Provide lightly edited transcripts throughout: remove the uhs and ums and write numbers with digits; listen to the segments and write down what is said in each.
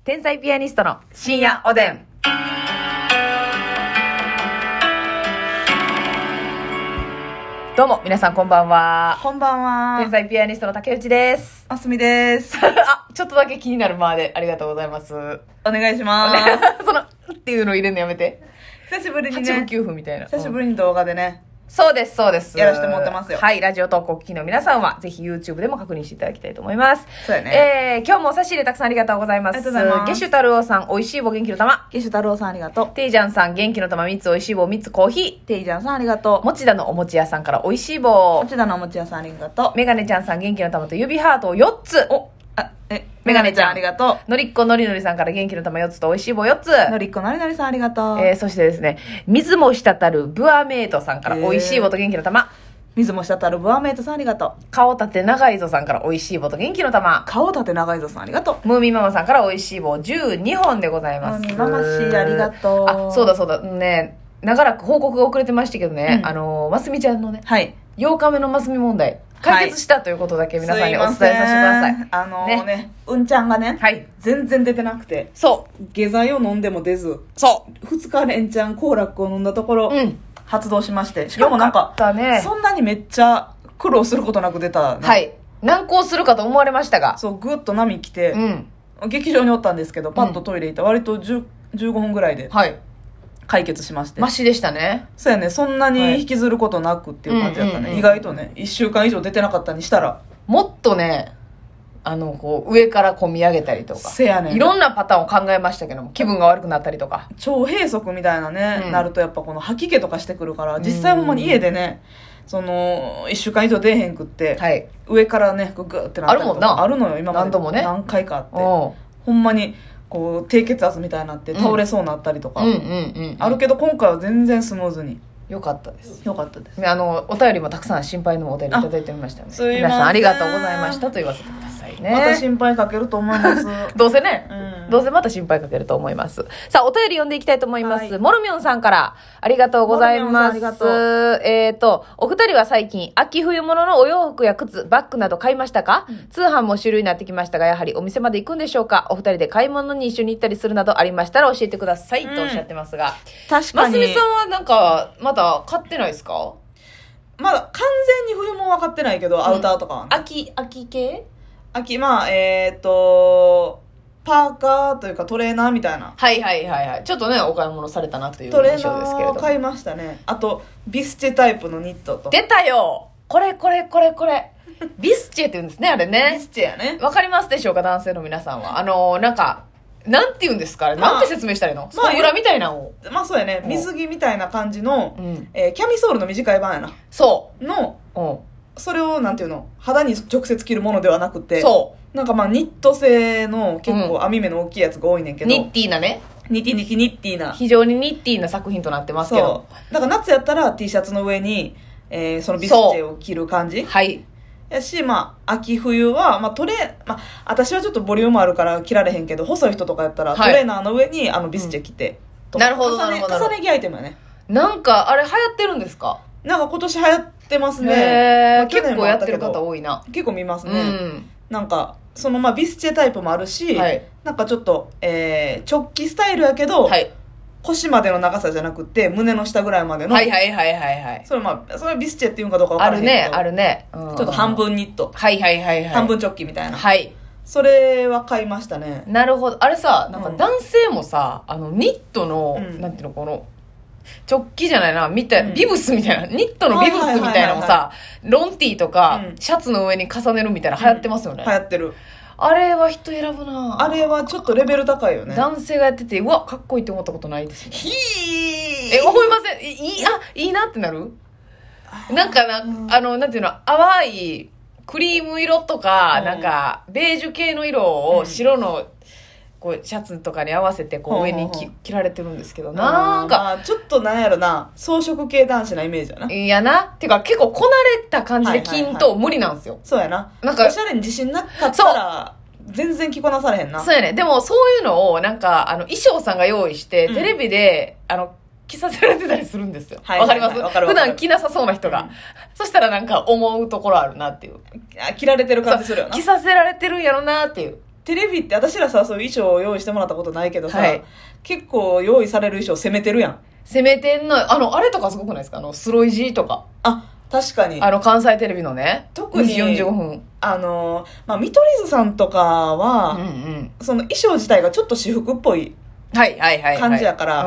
天才ピアニストの深夜おでん。どうも皆さんこんばんは。 こんばんは。 天才ピアニストの竹内です。 あすみです。 あ、ちょっとだけ気になるまでありがとうございます。 お願いします。 そのっていうの入れるのやめて。 久しぶりにね。 8分9分みたいな。 久しぶりに動画でね。 そうです、そうです。 やらせてもらってますよ。 はい、ラジオ投稿機の皆さんは、ぜひ YouTube でも確認していただきたいと思います。 そうやね。 今日もお差し入れたくさんありがとうございます。 ありがとうございます。 ゲシュタルオさん、おいしい棒元気の玉。 ゲシュ太郎さんありがとう。 テイジャンさん、元気の玉3つ、おいしい棒3つ、コーヒテイジャンさんありがとー。持田のお餅屋さんからおいしい棒。 持田のお餅屋さんありがとう。 メガネちゃんさん、元気の玉と指ハートを4つ。 メガネちゃんありがとのりっこのりのりさんから元気の玉4つとおいしい棒4つ。 う。のりっこのりのりさんありがとう。 そしてですね、水も滴るブアメイトさんからおいしい棒と元気の玉。 水も滴るブアメイトさんありがとう。 顔立て長いぞさんからおいしい棒と元気の玉。 顔立て長いぞさんありがとう。 ムーミンママさんからおいしい棒12本でございます。 ムーミンママシありがとう。 あ、そうだそうだ。ね、長らく報告が遅れてましたけどね、ますみちゃんのね、 はい。 8日目のますみ問題、解決したということだけ皆さんにお伝えさせてください。 うんちゃんがね、 はい。 全然出てなくて、 そう。 下剤を飲んでも出ず、 そう。 2日連チャンコーラックを飲んだところ、発動しまして、しかよかもなんかったね。 そんなにめっちゃ苦労することなく出た、ね。 はい。難航するかと思われましたが。 そう、ぐっと波来て、 うん。 劇場におったんですけど、パッとトイレ行ったら割と15分ぐらいではい。 解決しまして。 マシでしたね。 そうやね、そんなに引きずることなくっていう感じだったね。意外とね、1週間以上出てなかったにしたら。 もっとね、こう、上からこみ上げたりとか。 せやねん。 いろんなパターンを考えましたけども、気分が悪くなったりとか。 腸閉塞みたいなね、なるとやっぱこの吐き気とかしてくるから、実際ほんまに家でね、1週間以上出えへんくって、 はい。 上からね、グーってなったりとか。 あるもんな。 あるのよ、今まで。 何度もね。 何回かあって。ほんまに、こう、低血圧みたいになって倒れそうになったりとか。あるけど今回は全然スムーズに。 よかったです。 よかったです。 お便りもたくさん心配のお便りいただいておりましたので、 すいません。 皆さんありがとうございましたと言わせてくださいね。 また心配かけると思います。 どうせね、どうせまた心配かけると思います。さあ、お便り読んでいきたいと思います。モルミョンさんからありがとうございます。お二人は最近、秋冬物のお洋服や靴、バッグなど買いましたか？通販も主流になってきましたが、やはりお店まで行くんでしょうか？お二人で買い物に一緒に行ったりするなどありましたら教えてください、とおっしゃってますが。 確かに。 ますみさんはなんか、まだ買ってないですか？ まだ完全に冬も分かってないけど、アウターとかはね。 秋系？ 秋、パーカーというかトレーナーみたいな。 はいはいはいはい。ちょっとね、お買い物されたなというトレー印象ですけれども。 ナーを買いましたね。あと、ビスチェタイプのニットと。 出たよ！これ。ビスチェって言うんですね、あれね。 ビスチェやね。 わかりますでしょうか、男性の皆さんは。なんか、なんて言うんですか、なんて説明したらいいの？スポブラみたいなのを。 まあそうやね。水着みたいな感じの、キャミソールの短い版やな。 そう。 それを、なんていうの、肌に直接着るものではなくて、 そう。 なんかまあニット製の結構網目の大きいやつが多いねんけど。 ニッティーなね。 ニッティーな。 非常にニッティーな作品となってますけど。 そう。だから夏やったら T シャツの上に、そのビスチェを着る感じ。 はい。 やし、まあ、秋冬は、まあ、私はちょっとボリュームあるから着られへんけど、細い人とかやったら、トレーナーの上にビスチェ着て。 なるほど、 重ね着アイテムやね。 なんか、あれ流行ってるんですか？ なんか今年流行ってますね。 結構やってる方多いな。 結構見ますね。なんか、ビスチェタイプもあるし、なんかちょっと、直帰スタイルやけど、腰までの長さじゃなくて、胸の下ぐらいまでの。それビスチェっていうかどうか分からないけど。 あるね。 ちょっと半分ニット。半分直帰みたいな。それは買いましたね。 なるほど。あれさ、なんか男性もさ、ニットの、なんていうの、この、直帰じゃないな、ビブスみたいな、ニットのビブスみたいなのもさ、ロンティーとか、シャツの上に重ねるみたいな流行ってますよね。 流行ってる。あれは人選ぶな。 あれはちょっとレベル高いよね。 男性がやってて、うわ、かっこいいって思ったことないですね。思いません？いいなってなる？なんかなんていうの、淡いクリーム色とか、なんか、ベージュ系の色を白の、こうシャツとかに合わせてこう上に着られてるんですけど、なんか、 ちょっとなんやろな、装飾系男子なイメージやな。 いやな。てか結構こなれた感じで着んと無理なんですよ。 そうやな。なんかおしゃれに自信なかったら全然着こなされへんな。 そうやね。でもそういうのをなんか衣装さんが用意して、テレビで着させられてたりするんですよ。わかります？普段着なさそうな人が。そしたらなんか思うところあるなっていう。 着られてる感じするよな。 着させられてるんやろなっていう。 テレビって私らさ、そういう衣装を用意してもらったことないけどさ、はい、結構用意される衣装攻めてるやん。 攻めてんの。あれとかすごくないですか？スロイジーとか。 あ、確かに。 関西テレビのね。 特に。 2時45分。 見取り図さんとかは、その衣装自体がちょっと私服っぽい感じやから、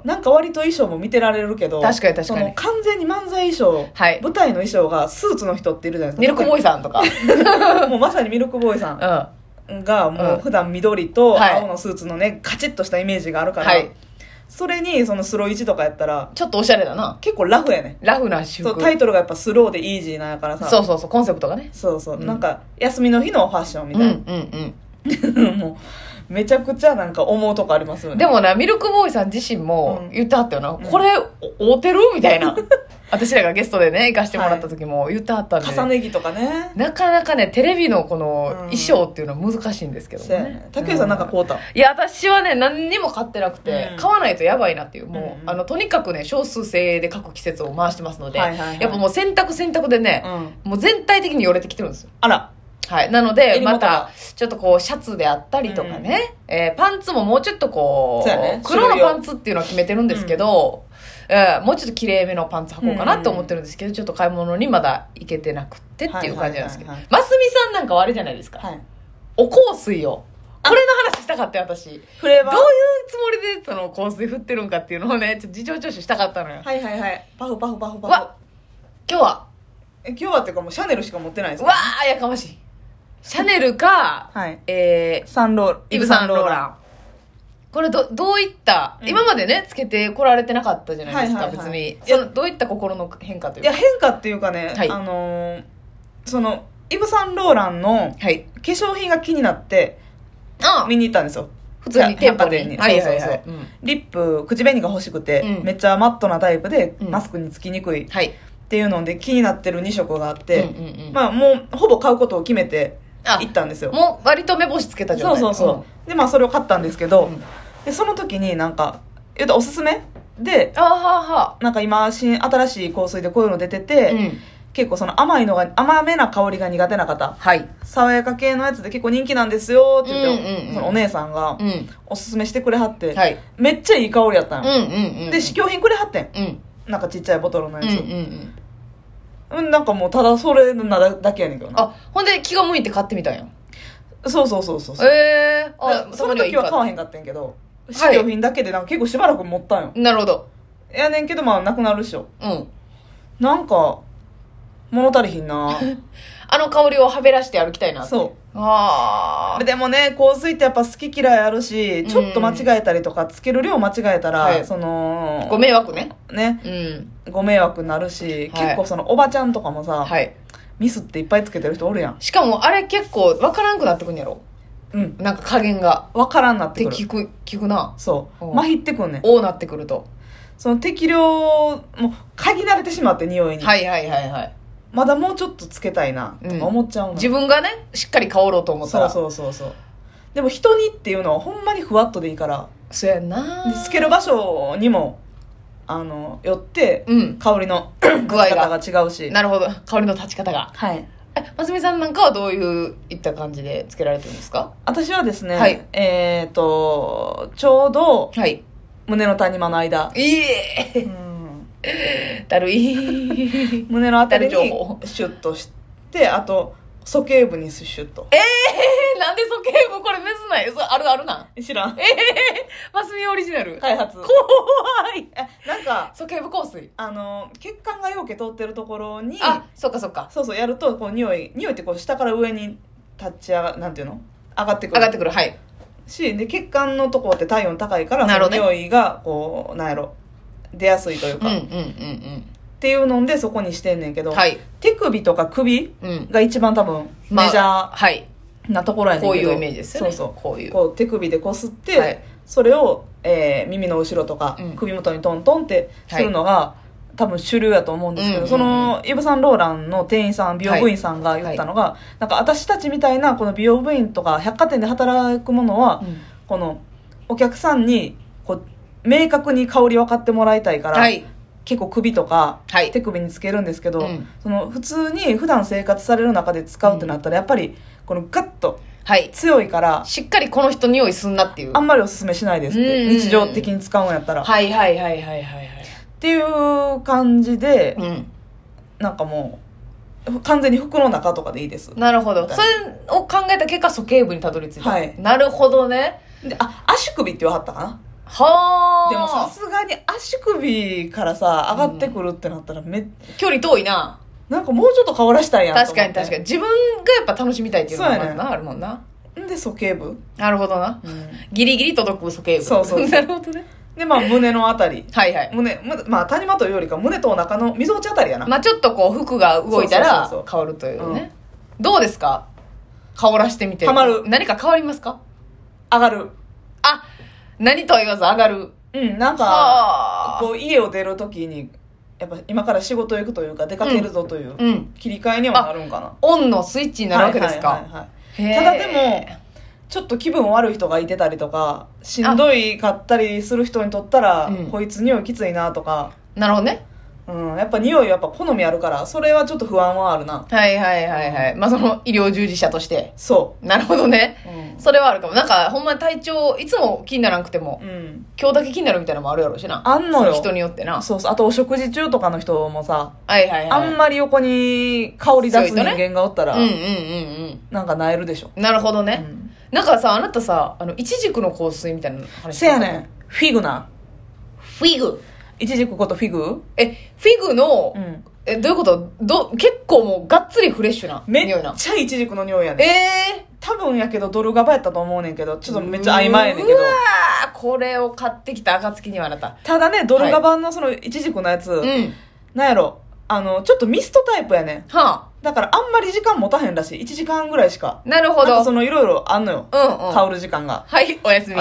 なんか割と衣装も見てられるけど、 確かにその完全に漫才衣装、はい、舞台の衣装がスーツの人っているじゃないですか。 ミルクボーイさんとか。 もうまさにミルクボーイさんが、もう普段緑と青のスーツのね、カチッとしたイメージがあるから、はい、それにそのスロー1とかやったらちょっとおしゃれだな。 結構ラフやね。 ラフな私服。 タイトルがやっぱスローでイージーなんやからさ。 そうそうそう、コンセプトがね。 そうそう、なんか休みの日のファッションみたいな。もうめちゃくちゃなんか思うとこありますよね。 でもな、ミルクボーイさん自身も言ってはったよな、これ合うてるみたいな。私らがゲストでね行かしてもらった時も言ってはったんで、 重ね着とかね、 なかなかねテレビのこの衣装っていうのは難しいんですけどね。 竹内さんなんか買うた？ いや私はね何にも買ってなくて、買わないとやばいなっていう、もうとにかくね少数精で各季節を回してますので、やっぱもう洗濯でね、もう全体的によれてきてるんですよ。 あら、 はい。なので、また、ちょっとこう、シャツであったりとかね、パンツももうちょっとこう、黒のパンツっていうのは決めてるんですけど、もうちょっと綺麗めのパンツ履こうかなって思ってるんですけど、ちょっと買い物にまだ行けてなくてっていう感じなんですけど。ますみさんなんかはあれじゃないですか。はい、お香水を。これの話したかったよ、私。 フレーバー？ どういうつもりでその香水振ってるんかっていうのをね、ちょっと事情聴取したかったのよ。 はいはいはい。パフパフパフパフ。 わ、今日は今日はっていうかもうシャネルしか持ってないですか？わー、やかましい。シャネルか、 はい、イヴ・サンローラン。 これどういった、今までねつけてこられてなかったじゃないですか、別に。どういった心の変化というか。 いや変化っていうかね、はい、そのイヴ・サンローランの化粧品が気になって見に行ったんですよ。 普通に店舗で。 そうそうそう。リップ、口紅が欲しくて、めっちゃマットなタイプでマスクにつきにくい。っていうので気になってる2色があって、まあもうほぼ買うことを決めて行ったんですよ。 もう割と目星つけた状態。 そうそうそう。でまあそれを買ったんですけど、でその時になんか言うとおすすめで、なんか今新しい香水でこういうの出てて、結構その甘めな香りが苦手な方、爽やか系のやつで結構人気なんですよって言って、そのお姉さんがおすすめしてくれはって、めっちゃいい香りやったんよ。で試供品くれはってん、なんかちっちゃいボトルのやつ、なんかもうただそれなだけやねんけどな。 ほんで気が向いて買ってみたんや。 そうその時は買わへんかったんやけど、試供品だけでなんか結構しばらく持ったんよ。 なるほど。 やねんけどまあなくなるっしょ。なんか物足りひんな。 香りをはべらして歩きたいなって。 そう。でもね、香水ってやっぱ好き嫌いあるし、ちょっと間違えたりとか、つける量間違えたら、 ご迷惑ね。 ご迷惑になるし、結構そのおばちゃんとかもさ、ミスっていっぱいつけてる人おるやん。 しかもあれ結構わからんくなってくんやろ。なんか加減が。 わからんなってくる。 聞くな。 そう。まひってくんねん。 なってくると。 その適量、もう、嗅ぎ慣れてしまって匂いに。まだもうちょっとつけたいなとか思っちゃうの、 自分がねしっかり香ろうと思ったら。 そうでも人にっていうのはほんまにふわっとでいいから、 そうやんな。 つける場所にもよって、香りの具合が違うし。 なるほど、香りの立ち方が。ますみさんなんかはどういった感じでつけられてるんですか？ 私はですね、ちょうど、胸の谷間の間、 だるい。 胸のあたりにシュッとして、あと鼠径部にシュッと。 なんで鼠径部これめずない？あるな。 知らん。 マスミオリジナル開発。 怖い。 なんか鼠径部香水、 血管がよけ通ってるところに、 そっかそうやるとこう匂いってこう下から上に立ち上がなんていうの、上がってくるし、で血管のところって体温高いから、その匂いがこうなんやろ出やすいというか、っていうのでそこにしてんねんけど、手首とか首が一番多分メジャーなところやねんけど、 こういうイメージですよね。 こう手首でこすって、それを、耳の後ろとか首元にトントンってするのが、多分主流やと思うんですけど、そのイヴ・サンローランの店員さん、美容部員さんが言ったのが、なんか私たちみたいなこの美容部員とか百貨店で働くものは、このお客さんにこう明確に香り分かってもらいたいから、結構首とか手首につけるんですけど、その普通に普段生活される中で使うってなったら、やっぱりこのガッとはい。 強いから、 しっかりこの人匂いすんなっていう。 あんまりおすすめしないですって。日常的に使うんやったら。 はいはいはいはいはい。 っていう感じで、なんかもう、完全に服の中とかでいいです。 なるほど。それを考えた結果、鼠径部にたどり着いた。はい。なるほどね。 で、足首って言わはったかな。 はあ。 でもさすがに足首からさ、上がってくるってなったら距離遠いな。 なんかもうちょっと顔らしたいやん。 確かに確かに。自分がやっぱ楽しみたいっていうのがまずな、あるもんな。 で、鼠径部。 なるほどな。ギリギリ届く鼠径部。 そうそう。 なるほどね。 で、まあ、胸のあたり。 はいはい。 まあ、谷間というよりか、胸とお腹の溝落ちあたりやな。 まあ、ちょっとこう、服が動いたら、変わるというね。どうですか？顔らしてみて。 はまる。 何か変わりますか？ 上がる。 あ、何とは言わず上がる。 なんか、こう、家を出るときに、やっぱ今から仕事行くというか、出かけるぞという、切り替えにはなるんかな。 オンのスイッチになるわけですか？ ただでも、ちょっと気分悪い人がいてたりとか、しんどいかったりする人にとったら、こいつ匂いきついなとか。 なるほどね。 やっぱ匂いやっぱ好みあるから、それはちょっと不安はあるな。 はいはいはいはい。まあその医療従事者として。 そう。 なるほどね。それはあるかも。なんかほんまに体調、いつも気にならなくても、今日だけ気になるみたいなのもあるやろうしな。 あんのよ。 人によってな。 そうそう。あとお食事中とかの人もさ、 はいはいはい。 あんまり横に香り出す人間がおったら、なんか萎えるでしょ。 なるほどね。なんかさ、あなたさ、イチジクの香水みたいな話せやねん。フィグな。 フィグ。 イチジクことフィグ？ フィグの、どういうこと結構もうがっつりフレッシュな匂いな。めっちゃイチジクの匂いやねん。多分やけどドルガバやったと思うねんけど、ちょっとめっちゃ曖昧やねんけど。 うわー、これを買ってきた暁にはあなた。 ただね、ドルガ版のそのイチジクのやつ、なんやろ、ちょっとミストタイプやねん。だからあんまり時間持たへんらしい。1時間ぐらいしか。 なるほど。 なんかそのいろいろあんのよ。香る時間が。 はい、おやすみ。